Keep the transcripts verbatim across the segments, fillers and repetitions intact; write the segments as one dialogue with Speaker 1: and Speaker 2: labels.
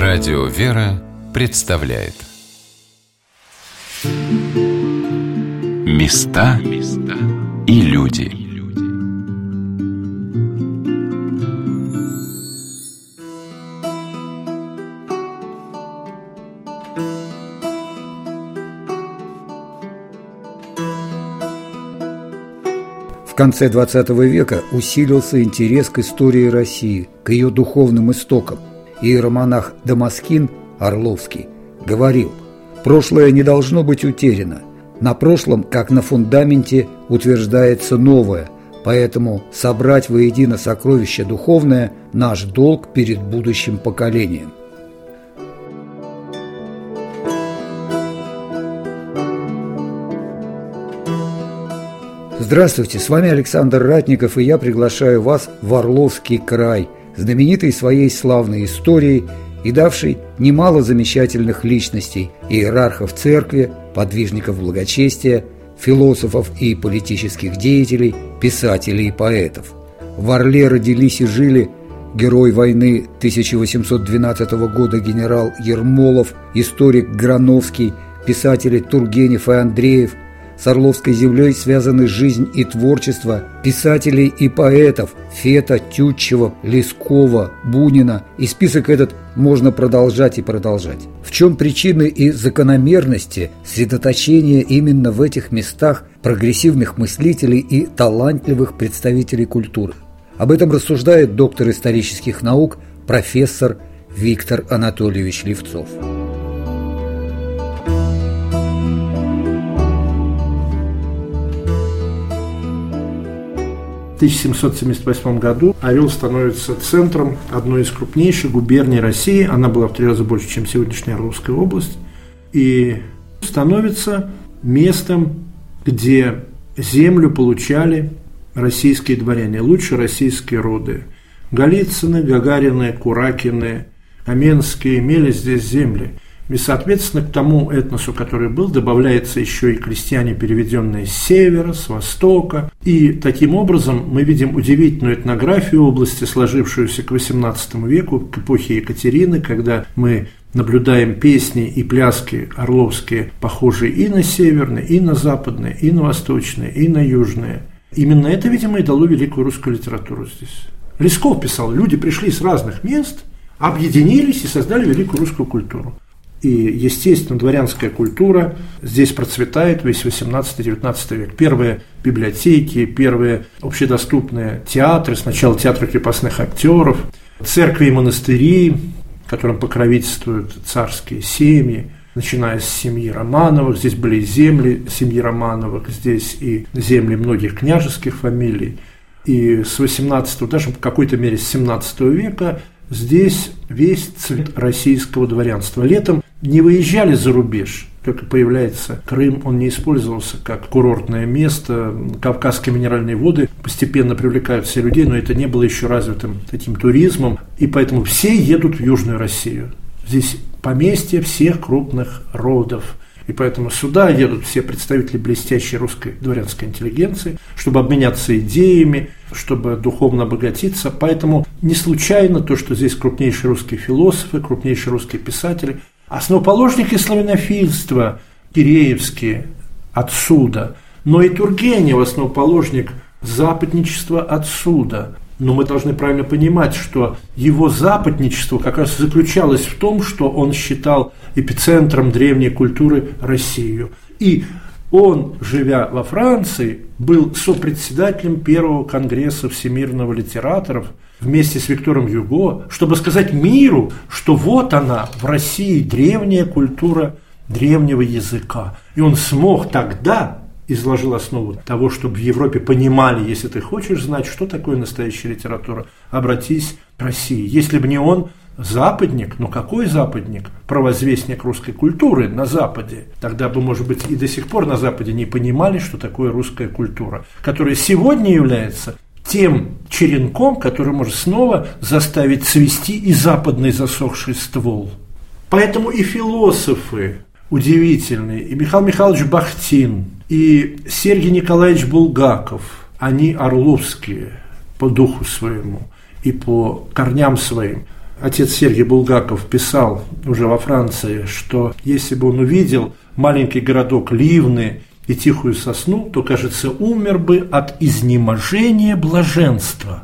Speaker 1: Радио «Вера» представляет Места и люди.
Speaker 2: В конце двадцатого века усилился интерес к истории России, к ее духовным истокам. Иеромонах Дамаскин Орловский говорил: «Прошлое не должно быть утеряно. На прошлом, как на фундаменте, утверждается новое, поэтому собрать воедино сокровище духовное – наш долг перед будущим поколением». Здравствуйте, с вами Александр Ратников, и я приглашаю вас в Орловский край, знаменитый своей славной историей и давший немало замечательных личностей, иерархов церкви, подвижников благочестия, философов и политических деятелей, писателей и поэтов. В Орле родились и жили герой войны тысяча восемьсот двенадцатого года генерал Ермолов, историк Грановский, писатели Тургенев и Андреев. С Орловской землей связаны жизнь и творчество писателей и поэтов Фета, Тютчева, Лескова, Бунина, и список этот можно продолжать и продолжать. В чем причины и закономерности сосредоточения именно в этих местах прогрессивных мыслителей и талантливых представителей культуры? Об этом рассуждает доктор исторических наук, профессор Виктор Анатольевич Левцов.
Speaker 3: В тысяча семьсот семьдесят восьмом году Орел становится центром одной из крупнейших губерний России. Она была в три раза больше, чем сегодняшняя Орловская область. И становится местом, где землю получали российские дворяне, лучшие российские роды. Голицыны, Гагарины, Куракины, Каменские имели здесь земли. И, соответственно, к тому этносу, который был, добавляется еще и крестьяне, переведенные с севера, с востока. И таким образом мы видим удивительную этнографию области, сложившуюся к восемнадцатому веку, к эпохе Екатерины, когда мы наблюдаем песни и пляски орловские, похожие и на северные, и на западные, и на восточные, и на южные. Именно это, видимо, и дало великую русскую литературу здесь. Лесков писал: люди пришли с разных мест, объединились и создали великую русскую культуру. И, естественно, дворянская культура здесь процветает весь восемнадцатый-девятнадцатый век. Первые библиотеки, первые общедоступные театры, сначала театры крепостных актеров, церкви и монастыри, которым покровительствуют царские семьи, начиная с семьи Романовых. Здесь были земли семьи Романовых, здесь и земли многих княжеских фамилий. И с восемнадцатого, даже в какой-то мере с семнадцатого века здесь весь цвет российского дворянства. Летом не выезжали за рубеж, только появляется Крым, он не использовался как курортное место. Кавказские минеральные воды постепенно привлекают все людей, но это не было еще развитым таким туризмом, и поэтому все едут в Южную Россию. Здесь поместья всех крупных родов. И поэтому сюда едут все представители блестящей русской дворянской интеллигенции, чтобы обменяться идеями, чтобы духовно обогатиться. Поэтому не случайно то, что здесь крупнейшие русские философы, крупнейшие русские писатели, основоположники славянофильства Киреевские отсюда, но и Тургенев, основоположник западничества отсюда. Но мы должны правильно понимать, что его западничество как раз заключалось в том, что он считал эпицентром древней культуры Россию. И он, живя во Франции, был сопредседателем первого конгресса всемирного литераторов вместе с Виктором Юго, чтобы сказать миру, что вот она, в России, древняя культура древнего языка. И он смог тогда изложил основу того, чтобы в Европе понимали: если ты хочешь знать, что такое настоящая литература, обратись к России. Если бы не он, западник, ну какой западник? Провозвестник русской культуры на Западе. Тогда бы, может быть, и до сих пор на Западе не понимали, что такое русская культура, которая сегодня является тем черенком, который может снова заставить цвести и западный засохший ствол. Поэтому и философы удивительные, и Михаил Михайлович Бахтин, и Сергий Николаевич Булгаков, они орловские по духу своему и по корням своим. отец Сергий Булгаков писал уже во Франции, что если бы он увидел маленький городок Ливны и тихую сосну, то, кажется, умер бы от изнеможения блаженства.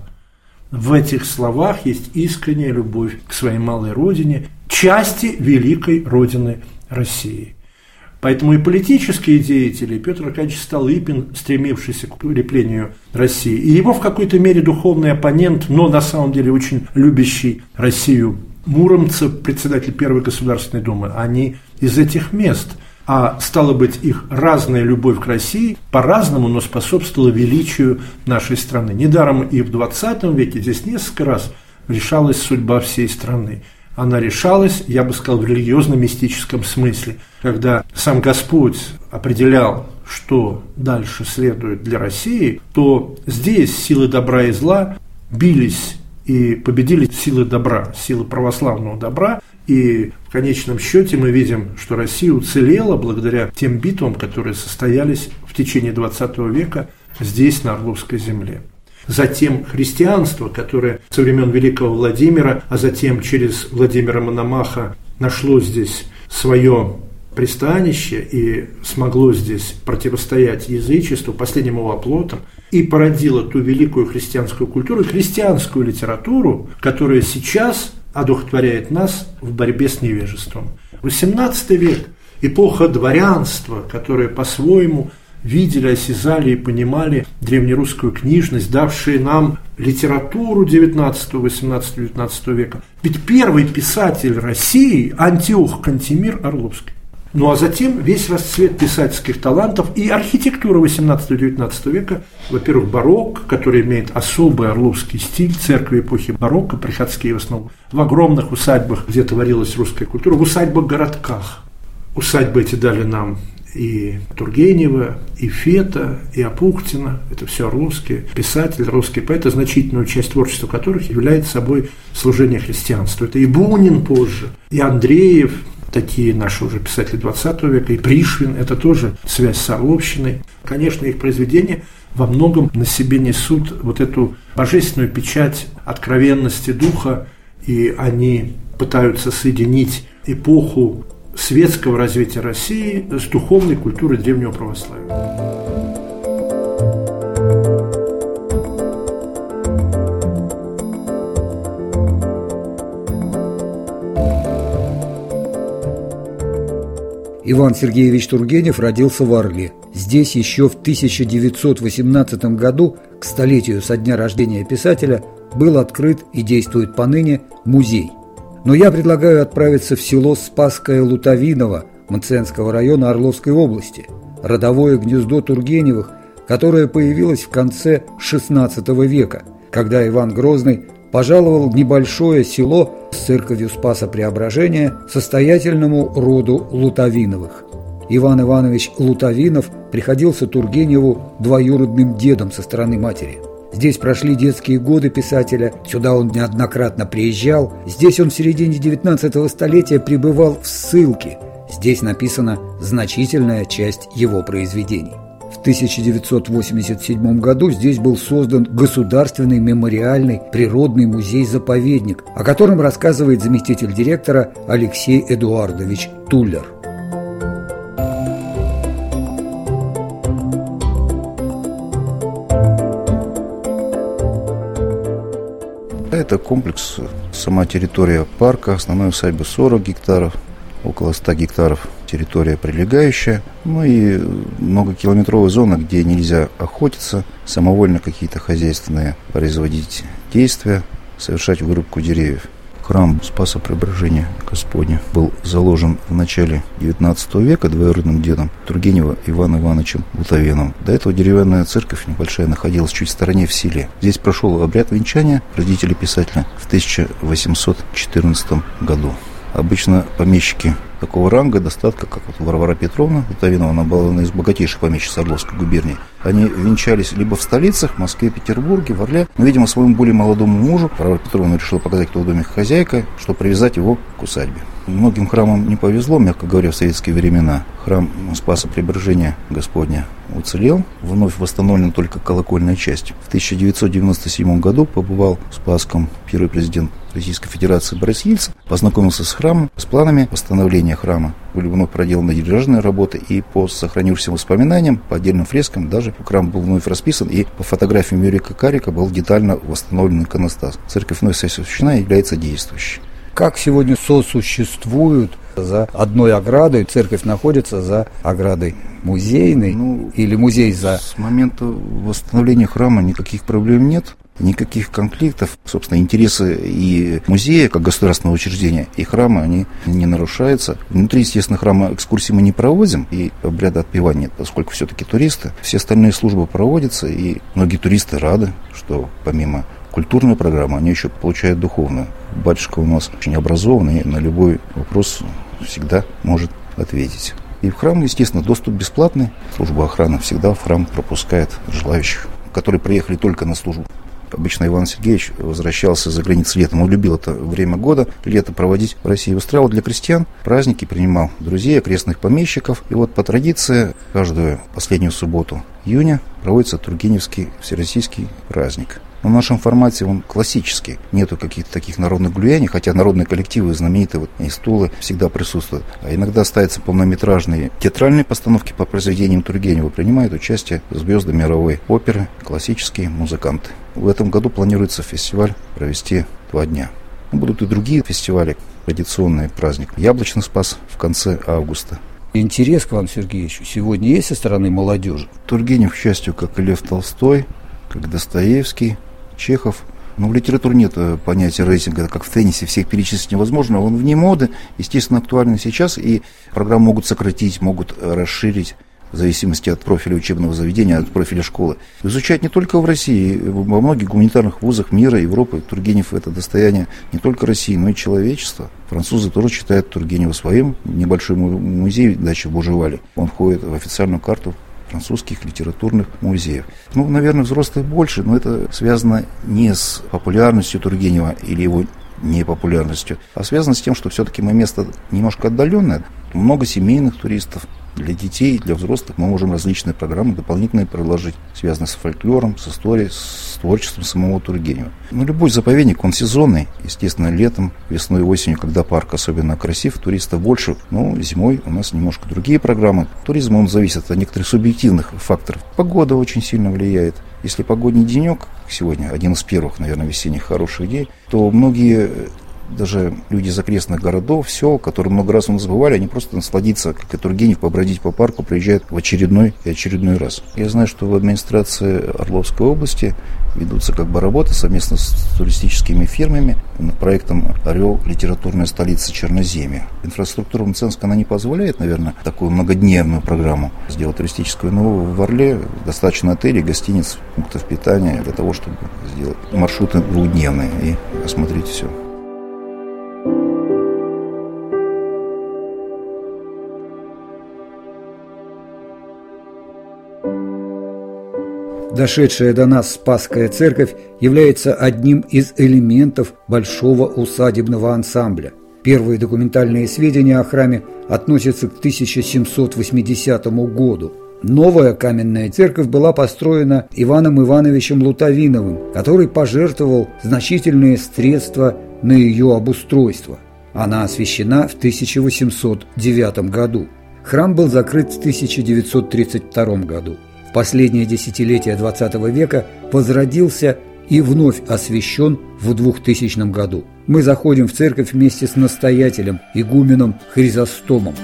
Speaker 3: В этих словах есть искренняя любовь к своей малой родине, части великой родины России. Поэтому и политические деятели, Петр Аркадьевич Столыпин, стремившийся к укреплению России, и его в какой-то мере духовный оппонент, но на самом деле очень любящий Россию Муромцев, председатель Первой Государственной Думы, они из этих мест. А стало быть, их разная любовь к России по-разному, но способствовала величию нашей страны. Недаром и в двадцатом веке здесь несколько раз решалась судьба всей страны. Она решалась, я бы сказал, в религиозно-мистическом смысле, когда сам Господь определял, что дальше следует для России, то здесь силы добра и зла бились и победили силы добра, силы православного добра, и в конечном счете мы видим, что Россия уцелела благодаря тем битвам, которые состоялись в течение двадцатого века здесь, на Орловской земле. Затем христианство, которое со времен Великого Владимира, а затем через Владимира Мономаха нашло здесь свое пристанище и смогло здесь противостоять язычеству, последним его оплотам, и породило ту великую христианскую культуру и христианскую литературу, которая сейчас одухотворяет нас в борьбе с невежеством. восемнадцатый век – эпоха дворянства, которое по-своему видели, осязали и понимали древнерусскую книжность, давшие нам литературу девятнадцатого, восемнадцатого, девятнадцатого века. Ведь первый писатель России – Антиох Кантемир Орловский. Ну а затем весь расцвет писательских талантов и архитектура восемнадцатого-девятнадцатого века, во-первых, барокко, который имеет особый орловский стиль, церкви эпохи барокко, приходские в основном, в огромных усадьбах, где творилась русская культура, в усадьбах-городках. Усадьбы эти дали нам и Тургенева, и Фета, и Апухтина, это все орловские писатели, русские поэты, значительную часть творчества которых является собой служение христианству. Это и Бунин позже, и Андреев, такие наши уже писатели двадцатого века, и Пришвин, это тоже связь с Орловщиной. Конечно, их произведения во многом на себе несут вот эту божественную печать откровенности духа, и они пытаются соединить эпоху светского развития России с духовной культурой древнего православия.
Speaker 2: Иван Сергеевич Тургенев родился в Орле. Здесь еще в тысяча девятьсот восемнадцатом году, к столетию со дня рождения писателя, был открыт и действует поныне музей. Но я предлагаю отправиться в село Спасское-Лутовиново Мценского района Орловской области, родовое гнездо Тургеневых, которое появилось в конце шестнадцатого века, когда Иван Грозный пожаловал в небольшое село с церковью Спаса Преображения состоятельному роду Лутовиновых. Иван Иванович Лутовинов приходился Тургеневу двоюродным дедом со стороны матери. Здесь прошли детские годы писателя, сюда он неоднократно приезжал, здесь он в середине девятнадцатого столетия пребывал в ссылке, здесь написана значительная часть его произведений. В тысяча девятьсот восемьдесят седьмом году здесь был создан Государственный мемориальный природный музей-заповедник, о котором рассказывает заместитель директора Алексей Эдуардович Туллер.
Speaker 4: Это комплекс, сама территория парка, основной усадьбы сорок гектаров, около ста гектаров территория прилегающая, ну и многокилометровая зона, где нельзя охотиться, самовольно какие-то хозяйственные производить действия, совершать вырубку деревьев. Храм Спаса Преображения Господня был заложен в начале девятнадцатого века двоюродным дедом Тургенева Иваном Ивановичем Лутовиновым. До этого деревянная церковь небольшая находилась чуть в стороне в селе. Здесь прошел обряд венчания родителей писателя в тысяча восемьсот четырнадцатом году. Обычно помещики такого ранга, достатка, как вот Варвара Петровна Лутовинова, она была одна из богатейших помещиц Орловской губернии. Они венчались либо в столицах, Москве, Петербурге, в Орле. Но, видимо, своему более молодому мужу Варвара Петровна решила показать, кто в доме хозяйка, чтобы привязать его к усадьбе. Многим храмам не повезло, мягко говоря, в советские времена. Храм Спаса Преображения Господня уцелел, вновь восстановлена только колокольная часть. В тысяча девятьсот девяносто седьмом году побывал в Спасском первый президент Российской Федерации Борис Ельцин, познакомился с храмом, с планами восстановления храма. Были вновь проделаны деревянные работы, и по сохранившимся воспоминаниям, по отдельным фрескам, даже храм был вновь расписан, и по фотографиям Юрия Карика был детально восстановлен иконостас. Церковь вновь освящена и является действующей.
Speaker 2: Как сегодня сосуществуют за одной оградой, церковь находится за оградой музейной, ну, или музей за...
Speaker 4: С момента восстановления храма никаких проблем нет, никаких конфликтов. Собственно, интересы и музея, как государственного учреждения, и храма, они не нарушаются. Внутри, естественно, храма экскурсии мы не проводим, и обряда отпевания, поскольку все-таки туристы. Все остальные службы проводятся, и многие туристы рады, что помимо культурной программы, они еще получают духовную. Батюшка у нас очень образованный, и на любой вопрос всегда может ответить. И в храм, естественно, доступ бесплатный. Служба охраны всегда в храм пропускает желающих, которые приехали только на службу. Обычно Иван Сергеевич возвращался за границей летом. Он любил это время года, лето проводить в России. Устраивал для крестьян праздники, принимал друзей, окрестных помещиков. И вот по традиции каждую последнюю субботу июня проводится Тургеневский всероссийский праздник. Но в нашем формате он классический. Нету каких-то таких народных гуляний, хотя народные коллективы знаменитые, вот и стулы всегда присутствуют. А иногда ставятся полнометражные театральные постановки по произведениям Тургенева. Принимают участие звезды мировой оперы, классические музыканты. В этом году планируется фестиваль провести два дня. Будут и другие фестивали. Традиционный праздник Яблочный Спас в конце августа.
Speaker 2: Интерес к Ивану Сергеевичу сегодня есть со стороны молодежи?
Speaker 4: Тургенев, к счастью, как и Лев Толстой, как Достоевский, Чехов. Но в литературе нет понятия рейтинга, как в теннисе, всех перечислить невозможно. Он вне моды, естественно, актуален сейчас, и программу могут сократить, могут расширить в зависимости от профиля учебного заведения, от профиля школы. Изучать не только в России, во многих гуманитарных вузах мира, Европы. Тургенев – это достояние не только России, но и человечества. Французы тоже читают Тургенева своим. Небольшой музей дачи в Бужевале. Он входит в официальную карту французских литературных музеев. Ну, наверное, взрослых больше, но это связано не с популярностью Тургенева или его непопулярностью, а связано с тем, что все-таки мы место немножко отдаленное. Много семейных туристов. Для детей, для взрослых мы можем различные программы дополнительные предложить, связанные с фольклором, с историей, с творчеством самого Тургенева. Но любой заповедник, он сезонный, естественно, летом, весной и осенью, когда парк особенно красив, туристов больше, но зимой у нас немножко другие программы. Туризм, он зависит от некоторых субъективных факторов. Погода очень сильно влияет. Если погодний денек, сегодня один из первых, наверное, весенних хороших дней, то многие... Даже люди из окрестных городов, сел, которые много раз у нас бывали, они просто насладиться, как и Тургенев, побродить по парку, приезжают в очередной и очередной раз. Я знаю, что в администрации Орловской области ведутся как бы работы совместно с туристическими фирмами над проектом «Орел. Литературная столица Черноземья». Инфраструктура Мценска, она не позволяет, наверное, такую многодневную программу сделать туристическую, но в Орле достаточно отелей, гостиниц, пунктов питания для того, чтобы сделать маршруты двухдневные и осмотреть все.
Speaker 2: Дошедшая до нас Спасская церковь является одним из элементов большого усадебного ансамбля. Первые документальные сведения о храме относятся к тысяча семьсот восьмидесятому году. Новая каменная церковь была построена Иваном Ивановичем Лутовиновым, который пожертвовал значительные средства на ее обустройство. Она освящена в тысяча восемьсот девятом году. Храм был закрыт в тысяча девятьсот тридцать втором году. В последнее десятилетие двадцатого века возродился и вновь освящен в двухтысячном году. Мы заходим в церковь вместе с настоятелем, игуменом Хризостомом.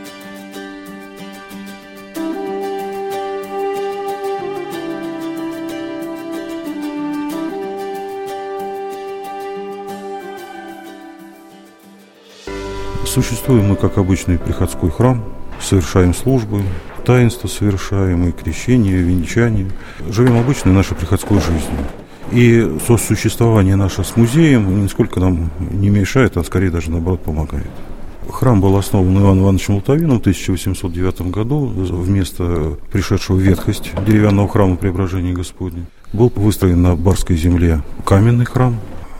Speaker 5: Существуем мы, как обычный приходской храм, совершаем службы, таинства совершаем, и крещение, и венчание. Живем обычной нашей приходской жизнью. И сосуществование наше с музеем нисколько нам не мешает, а скорее даже наоборот помогает. Храм был основан Иваном Ивановичем Лутовиновым в тысяча восемьсот девятом году. Вместо пришедшего в ветхость деревянного храма Преображения Господня был выстроен на барской земле каменный храм.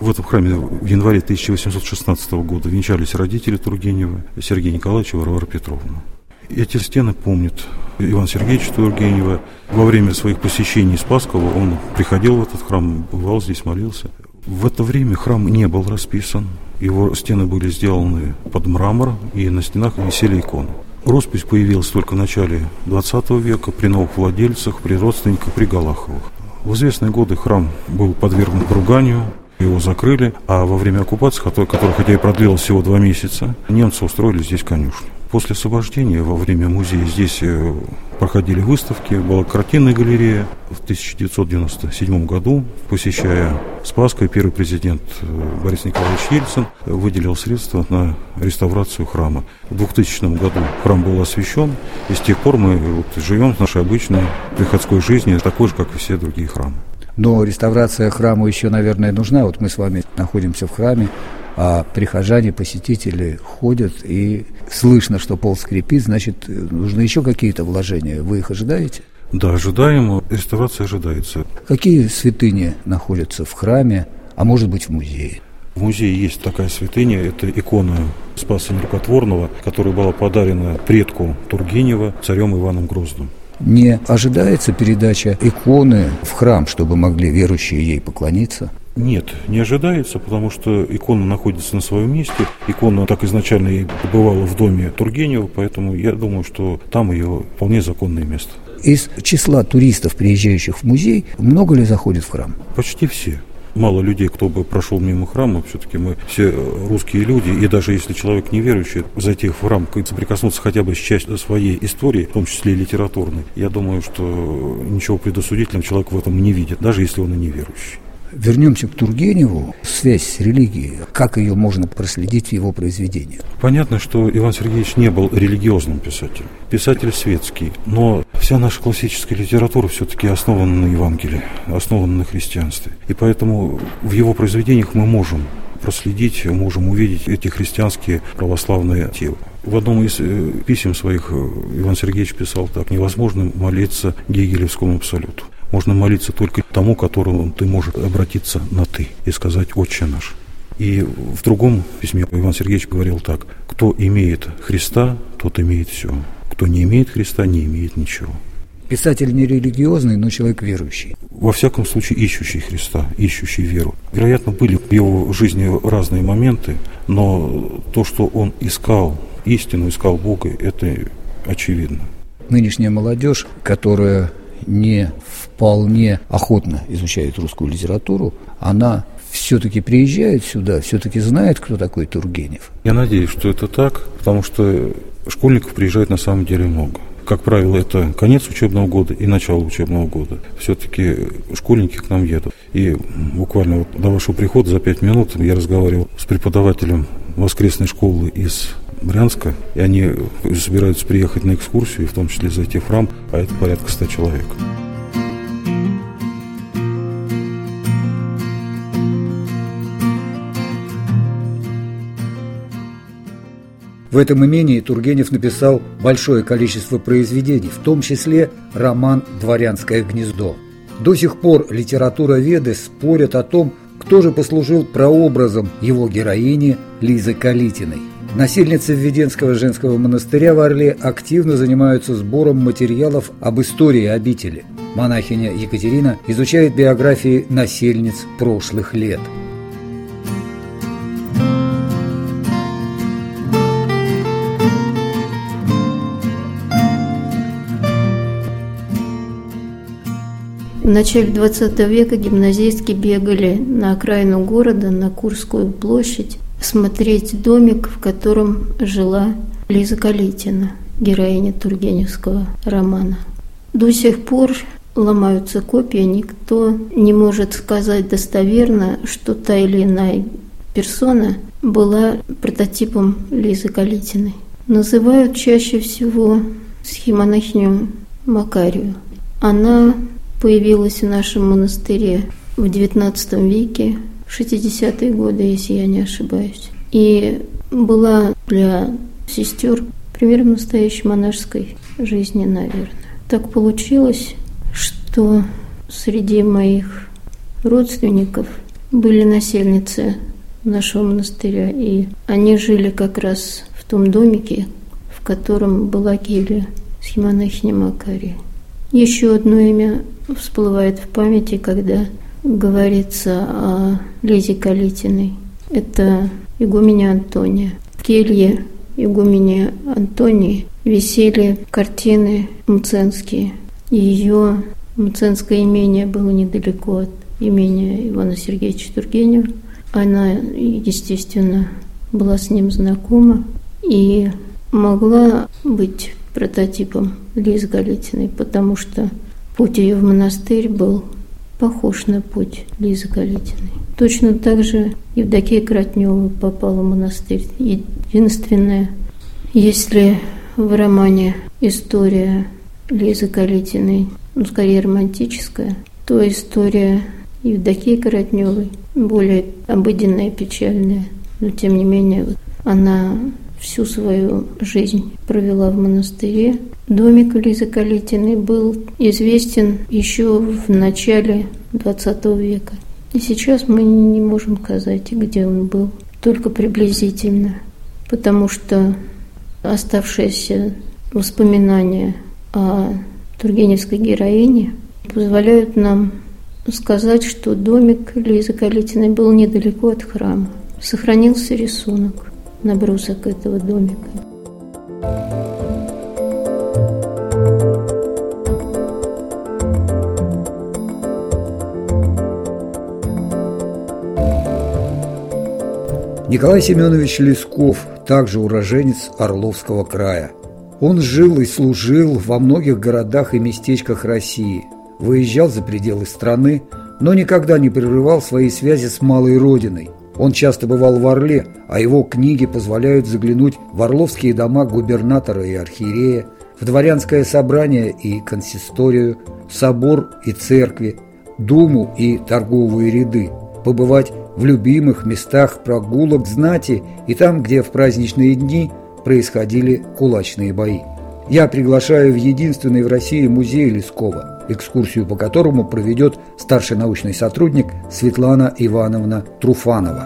Speaker 5: В этом храме в январе тысяча восемьсот шестнадцатого года венчались родители Тургенева, Сергей Николаевич и Варвара Петровна. Эти стены помнят Ивана Сергеевича Тургенева. Во время своих посещений Спасского он приходил в этот храм, бывал здесь, молился. В это время храм не был расписан. Его стены были сделаны под мрамор, и на стенах висели иконы. Роспись появилась только в начале двадцатого века при новых владельцах, при родственниках, при Галаховых. В известные годы храм был подвергнут руганию, его закрыли, а во время оккупации, которая хотя и продлилась всего два месяца, немцы устроили здесь конюшню. После освобождения во время музея здесь проходили выставки, была картинная галерея. В тысяча девятьсот девяносто седьмом году, посещая Спасское, первый президент Борис Николаевич Ельцин выделил средства на реставрацию храма. В двухтысячном году храм был освящен, и с тех пор мы вот живем в нашей обычной приходской жизни, такой же, как и все другие храмы.
Speaker 2: Но реставрация храма еще, наверное, нужна. Вот мы с вами находимся в храме, а прихожане, посетители ходят, и слышно, что пол скрипит, значит, нужны еще какие-то вложения. Вы их ожидаете?
Speaker 5: Да, ожидаем. Реставрация ожидается.
Speaker 2: Какие святыни находятся в храме, а может быть в музее?
Speaker 5: В музее есть такая святыня, это икона Спаса Нерукотворного, которая была подарена предку Тургенева царем Иваном Грозным.
Speaker 2: Не ожидается передача иконы в храм, чтобы могли верующие ей поклониться?
Speaker 5: Нет, не ожидается, потому что икона находится на своем месте. Икона так изначально и побывала в доме Тургенева, поэтому я думаю, что там ее вполне законное место.
Speaker 2: Из числа туристов, приезжающих в музей, много ли заходит в храм?
Speaker 5: Почти все. Мало людей, кто бы прошел мимо храма, все-таки мы все русские люди, и даже если человек неверующий, зайти в храм, соприкоснуться хотя бы с частью своей истории, в том числе и литературной, я думаю, что ничего предосудительного человек в этом не видит, даже если он и неверующий.
Speaker 2: Вернемся к Тургеневу. Связь с религией. Как ее можно проследить в его произведениях?
Speaker 5: Понятно, что Иван Сергеевич не был религиозным писателем. Писатель светский. Но вся наша классическая литература все-таки основана на Евангелии, основана на христианстве. И поэтому в его произведениях мы можем проследить, можем увидеть эти христианские православные темы. В одном из писем своих Иван Сергеевич писал так: «Невозможно молиться гегелевскому абсолюту. Можно молиться только тому, которому ты можешь обратиться на «ты» и сказать «Отче наш». И в другом письме Иван Сергеевич говорил так: «Кто имеет Христа, тот имеет все. Кто не имеет Христа, не имеет ничего».
Speaker 2: Писатель не религиозный, но человек верующий.
Speaker 5: Во всяком случае, ищущий Христа, ищущий веру. Вероятно, были в его жизни разные моменты, но то, что он искал истину, искал Бога, это очевидно.
Speaker 2: Нынешняя молодежь, которая не вполне охотно изучает русскую литературу, она все-таки приезжает сюда, все-таки знает, кто такой Тургенев.
Speaker 5: Я надеюсь, что это так, потому что школьников приезжает на самом деле много. Как правило, это конец учебного года и начало учебного года. Все-таки школьники к нам едут. И буквально вот до вашего прихода за пять минут я разговаривал с преподавателем воскресной школы из Брянска, и они собираются приехать на экскурсию, в том числе зайти в храм, а это порядка ста человек.
Speaker 2: В этом имении Тургенев написал большое количество произведений, в том числе роман «Дворянское гнездо». До сих пор литературоведы спорят о том, кто же послужил прообразом его героини Лизы Калитиной. Насельницы Введенского женского монастыря в Орле активно занимаются сбором материалов об истории обители. Монахиня Екатерина изучает биографии насельниц прошлых лет.
Speaker 6: В начале двадцатого века гимназистки бегали на окраину города, на Курскую площадь, смотреть домик, в котором жила Лиза Калитина, героиня тургеневского романа. До сих пор ломаются копья, никто не может сказать достоверно, что та или иная персона была прототипом Лизы Калитиной. Называют чаще всего схемонахиню Макарию. Она появилась в нашем монастыре в девятнадцатом веке, в шестидесятые годы, если я не ошибаюсь. И была для сестер примером настоящей монашеской жизни, наверное. Так получилось, что среди моих родственников были насельницы нашего монастыря, и они жили как раз в том домике, в котором была келья схемонахини Макарии. Еще одно имя всплывает в памяти, когда говорится о Лизе Калитиной. Это игуменя Антония. В келье игумени Антонии висели картины мценские. Ее мценское имение было недалеко от имения Ивана Сергеевича Тургенева. Она, естественно, была с ним знакома и могла быть прототипом Лизы Калитиной, потому что путь ее в монастырь был похож на путь Лизы Калитиной. Точно так же Евдокия Кратнева попала в монастырь. Единственное, если в романе история Лизы Калитиной, ну, скорее романтическая, то история Евдокии Кратневой более обыденная, печальная, но тем не менее она всю свою жизнь провела в монастыре. Домик Лизы Калитиной был известен еще в начале двадцатого века. И сейчас мы не можем сказать, где он был, только приблизительно, потому что оставшиеся воспоминания о тургеневской героине позволяют нам сказать, что домик Лизы Калитиной был недалеко от храма. Сохранился рисунок, набросок этого домика.
Speaker 2: Николай Семенович Лесков, также уроженец Орловского края. Он жил и служил во многих городах и местечках России, выезжал за пределы страны, но никогда не прерывал свои связи с малой родиной. Он часто бывал в Орле, а его книги позволяют заглянуть в орловские дома губернатора и архиерея, в дворянское собрание и консисторию, собор и церкви, думу и торговые ряды, побывать в любимых местах прогулок знати и там, где в праздничные дни происходили кулачные бои. Я приглашаю в единственный в России музей Лескова, экскурсию по которому проведет старший научный сотрудник Светлана Ивановна Труфанова.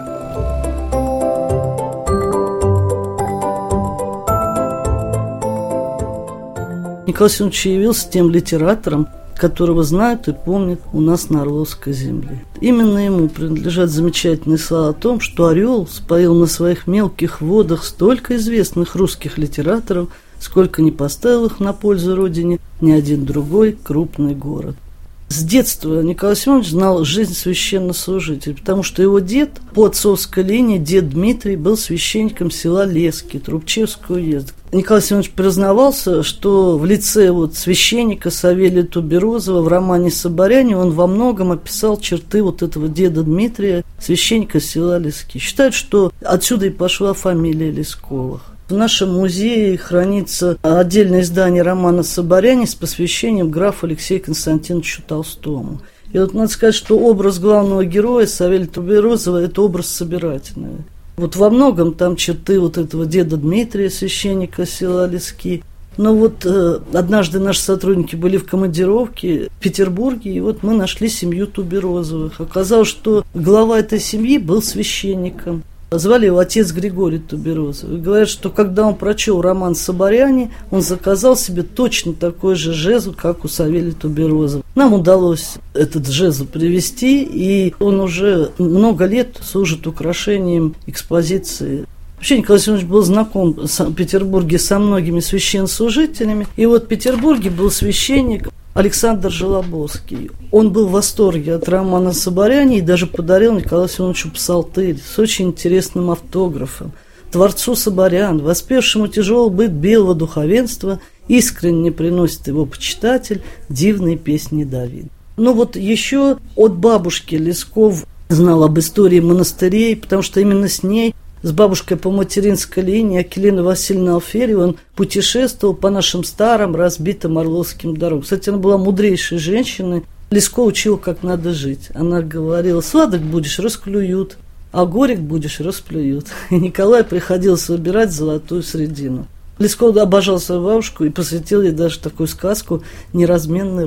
Speaker 7: Николай Семенович явился тем литератором, которого знают и помнят у нас на Орловской земле. Именно ему принадлежат замечательные слова о том, что Орел споил на своих мелких водах столько известных русских литераторов, сколько не поставил их на пользу родине ни один другой крупный город. С детства Николай Семенович знал жизнь священнослужителя, потому что его дед по отцовской линии, дед Дмитрий, был священником села Лески Трубчевского уезда. Николай Семенович признавался, что в лице вот священника Савелия Туберозова в романе «Соборяне» он во многом описал черты вот этого деда Дмитрия, священника села Лески. Считают, что отсюда и пошла фамилия Лесковых. В нашем музее хранится отдельное издание романа «Соборяне» с посвящением графу Алексею Константиновичу Толстому. И вот надо сказать, что образ главного героя Савелия Туберозова – это образ собирательный. Вот во многом там черты вот этого деда Дмитрия, священника села Лески. Но вот э, однажды наши сотрудники были в командировке в Петербурге, и вот мы нашли семью Туберозовых. Оказалось, что глава этой семьи был священником. Звали его отец Григорий Туберозов. И говорят, что когда он прочел роман «Соборяне», он заказал себе точно такой же жезл, как у Савелия Туберозова. Нам удалось этот жезл привезти, и он уже много лет служит украшением экспозиции. Вообще Николай Семенович был знаком в Петербурге со многими священнослужителями. И вот в Петербурге был священник Александр Желобовский. Он был в восторге от романа «Соборяне» и даже подарил Николаю Семеновичу псалтырь с очень интересным автографом. Творцу Соборян, воспевшему тяжелый быт белого духовенства, искренне приносит его почитатель дивные песни Давида. Ну вот еще от бабушки Лесков знал об истории монастырей, потому что именно с ней, с бабушкой по материнской линии Акелиной Васильевной Алферьевой, он путешествовал по нашим старым разбитым орловским дорогам. Кстати, она была мудрейшей женщиной. Лесков учил, как надо жить. Она говорила: сладок будешь — расклюют, а горек будешь — расплюют. И Николай приходилось выбирать золотую средину. Лесков обожал свою бабушку и посвятил ей даже такую сказку «Неразменный рубль».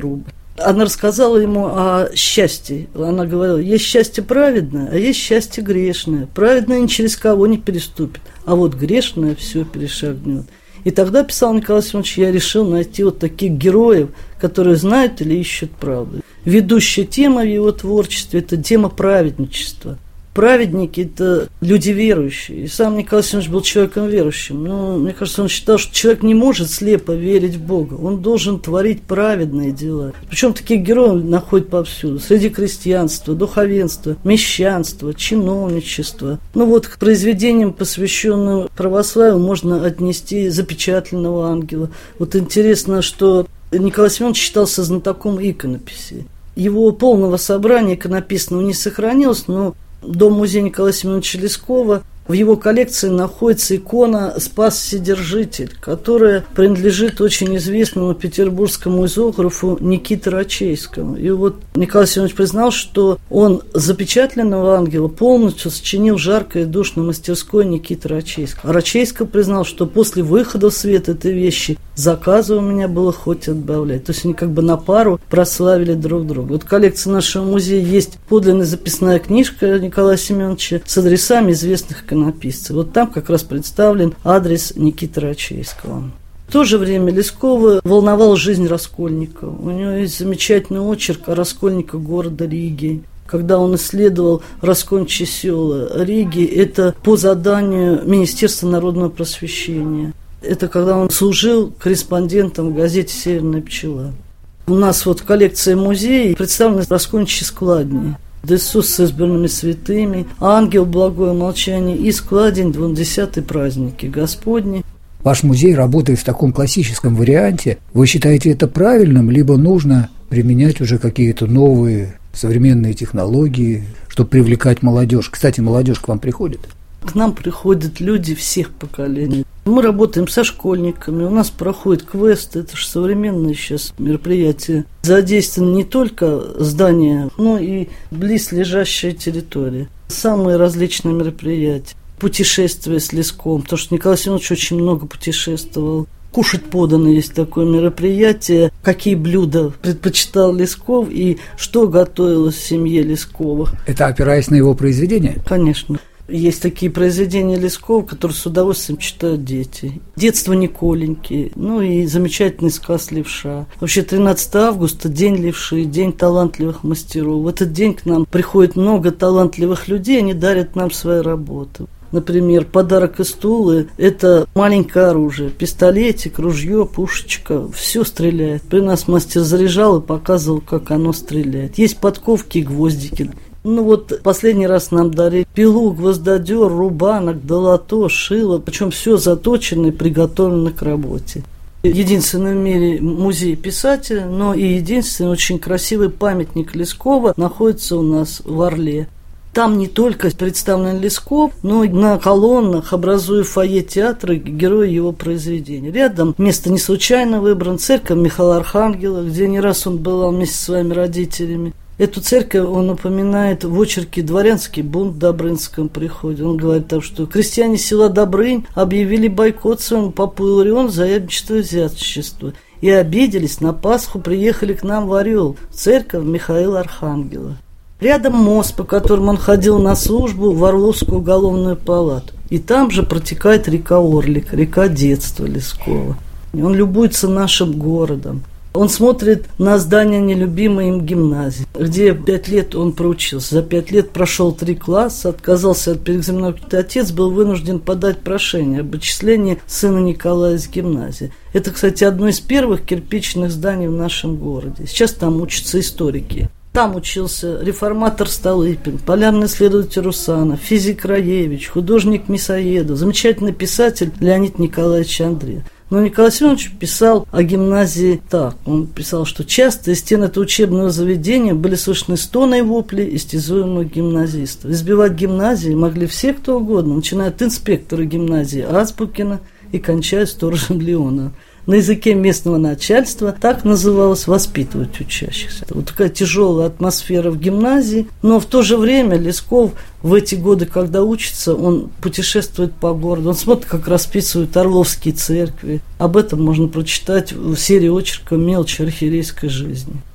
Speaker 7: Она рассказала ему о счастье. Она говорила, есть счастье праведное, а есть счастье грешное. Праведное ни через кого не переступит, а вот грешное все перешагнет. И тогда, писал Николай Семенович, я решил найти вот таких героев, которые знают или ищут правду. Ведущая тема в его творчестве – это тема праведничества. Праведники – это люди верующие. И сам Николай Семенович был человеком верующим. Но, мне кажется, он считал, что человек не может слепо верить в Бога. Он должен творить праведные дела. Причем таких героев находят повсюду. Среди крестьянства, духовенства, мещанства, чиновничества. Ну вот к произведениям, посвященным православию, можно отнести «Запечатленного ангела». Вот интересно, что Николай Семенович считался знатоком иконописи. Его полного собрания иконописного не сохранилось, но Дом-музей Николая Семеновича Лескова, в его коллекции находится икона «Спас Вседержитель», которая принадлежит очень известному петербургскому изографу Никите Рачейскому. И вот Николай Семенович признал, что он запечатленного ангела полностью сочинил в жаркой и душной мастерской Никиты Рачейского. А Рачейский признал, что после выхода в свет этой вещи заказа у меня было хоть отбавлять. То есть они как бы на пару прославили друг друга. Вот в коллекции нашего музея есть подлинная записная книжка Николая Семеновича с адресами известных иконописцев. Вот там как раз представлен адрес Никиты Рачейского. В то же время Лескова волновала жизнь раскольников. У него есть замечательный очерк о раскольниках города Риги. Когда он исследовал раскольничьи села Риги, это по заданию Министерства народного просвещения. Это когда он служил корреспондентом в газете «Северная пчела». У нас вот в коллекции музея представлены раскольничьи складни. Иисус с избранными святыми, ангел благое молчание и складень двунадесятые праздники Господни.
Speaker 2: Ваш музей работает в таком классическом варианте. Вы считаете это правильным, либо нужно применять уже какие-то новые современные технологии, чтобы привлекать молодежь? Кстати, молодежь к вам приходит?
Speaker 7: К нам приходят люди всех поколений. Мы работаем со школьниками, у нас проходит квест, это же современное сейчас мероприятие. Задействованы не только здания, но и близлежащая территория. Самые различные мероприятия. Путешествия с Леском, потому что Николай Семенович очень много путешествовал. Кушать подано есть такое мероприятие, какие блюда предпочитал Лесков и что готовилось в семье Лесковых.
Speaker 2: Это опираясь на его произведения?
Speaker 7: Конечно. Есть такие произведения Лескова, которые с удовольствием читают дети. «Детство Николеньки», ну и замечательный сказ «Левша». Вообще тринадцатого августа – день левши, день талантливых мастеров. В этот день к нам приходит много талантливых людей, они дарят нам свои работы. Например, подарок из Тулы – это маленькое оружие, пистолетик, ружье, пушечка, все стреляет. При нас мастер заряжал и показывал, как оно стреляет. Есть подковки и гвоздики. Ну вот последний раз нам дарили пилу, гвоздодер, рубанок, долото, шило, причем все заточено и приготовлено к работе. Единственный в мире музей писателя, но и единственный очень красивый памятник Лескова находится у нас в Орле. Там не только представлен Лесков, но и на колоннах, образуя фойе театра, герои его произведений. Рядом место не случайно выбран церковь Михаила Архангела, где не раз он бывал вместе со своими родителями. Эту церковь он упоминает в очерке «Дворянский бунт в Добрынском приходе». Он говорит так, что крестьяне села Добрынь объявили бойкот своему попу Илариону за ябедничество и взяточество. И обиделись, на Пасху приехали к нам в Орел, в церковь Михаила Архангела. Рядом мост, по которому он ходил на службу в Орловскую уголовную палату. И там же протекает река Орлик, река детства Лескова. Он любуется нашим городом. Он смотрит на здание нелюбимой им гимназии, где пять лет он проучился. За пять лет прошел три класса, отказался от переэкзаменовки. Отец был вынужден подать прошение об отчислении сына Николая из гимназии. Это, кстати, одно из первых кирпичных зданий в нашем городе. Сейчас там учатся историки. Там учился реформатор Столыпин, полярный исследователь Русанов, физик Раевич, художник Мясоедов, замечательный писатель Леонид Николаевич Андреев. Но Николай Семенович писал о гимназии так. Он писал, что часто из стен этого учебного заведения были слышны стоны и вопли истязуемых гимназистов. Избивать гимназии могли все кто угодно, начиная от инспектора гимназии Азбукина и кончая сторожем Леона. На языке местного начальства так называлось воспитывать учащихся. Вот такая тяжелая атмосфера в гимназии, но в то же время Лесков в эти годы, когда учится, он путешествует по городу, он смотрит, как расписывают орловские церкви. Об этом можно прочитать в серии очерков «Мелочи архиерейской жизни».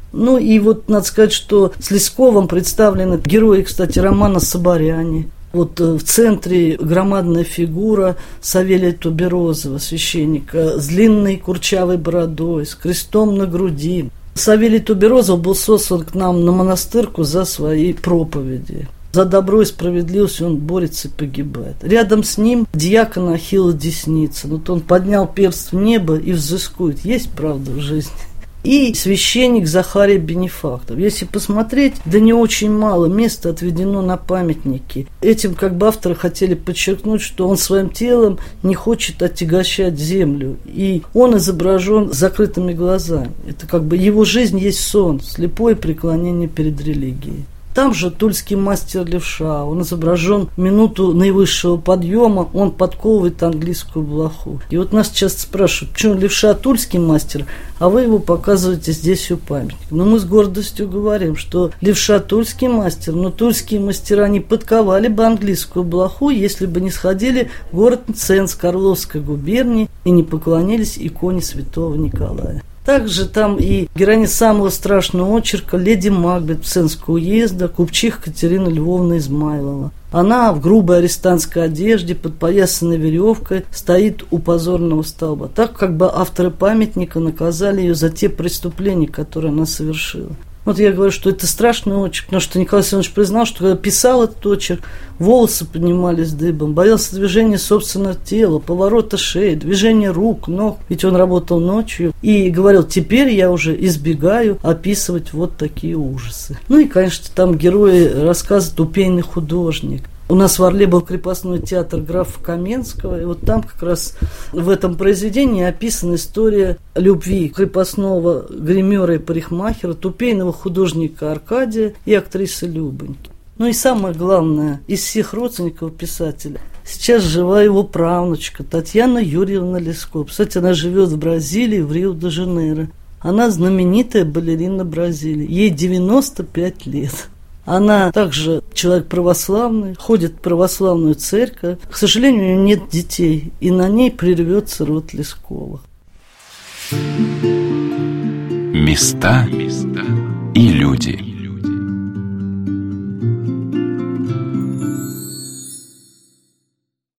Speaker 7: Ну и вот надо сказать, что с Лесковым представлены герои, кстати, романа «Соборяне». Вот в центре громадная фигура Савелия Туберозова, священника, с длинной курчавой бородой, с крестом на груди. Савелий Туберозов был сослан к нам на монастырку за свои проповеди. За добро и справедливость он борется и погибает. Рядом с ним дьякон Ахилла Десница. Вот он поднял перст в небо и взыскует. Есть правда в жизни. И священник Захарий Бенефактов. Если посмотреть, да не очень мало места отведено на памятники. Этим как бы авторы хотели подчеркнуть, что он своим телом не хочет отягощать землю. И он изображен с закрытыми глазами. Это как бы его жизнь есть сон, слепое преклонение перед религией. Там же тульский мастер левша, он изображен в минуту наивысшего подъема, он подковывает английскую блоху. И вот нас часто спрашивают, почему левша тульский мастер, а вы его показываете здесь у памятника. Но мы с гордостью говорим, что левша тульский мастер, но тульские мастера не подковали бы английскую блоху, если бы не сходили в город Мценск Орловской губернии и не поклонились иконе святого Николая. Также там и героиня самого страшного очерка леди Макбет Мценского уезда, купчиха Катерина Львовна Измайлова. Она в грубой арестантской одежде, подпоясанной веревкой, стоит у позорного столба. Так как бы авторы памятника наказали ее за те преступления, которые она совершила. Вот я говорю, что это страшный очерк, потому что Николай Семенович признал, что когда писал этот очерк, волосы поднимались дыбом, боялся движения собственного тела, поворота шеи, движения рук, ног. Ведь он работал ночью и говорил, теперь я уже избегаю описывать вот такие ужасы. Ну и, конечно, там герои рассказа «Тупейный художник». У нас в Орле был крепостной театр графа Каменского, и вот там как раз в этом произведении описана история любви крепостного гримера и парикмахера, тупейного художника Аркадия и актрисы Любоньки. Ну и самое главное, из всех родственников писателя сейчас жива его правнучка Татьяна Юрьевна Лескова. Кстати, она живет в Бразилии, в Рио-де-Жанейро. Она знаменитая балерина Бразилии, ей девяносто пять лет. Она также человек православный, ходит в православную церковь. К сожалению, у нее нет детей, и на ней прервется род Лесковых.
Speaker 1: Места и люди.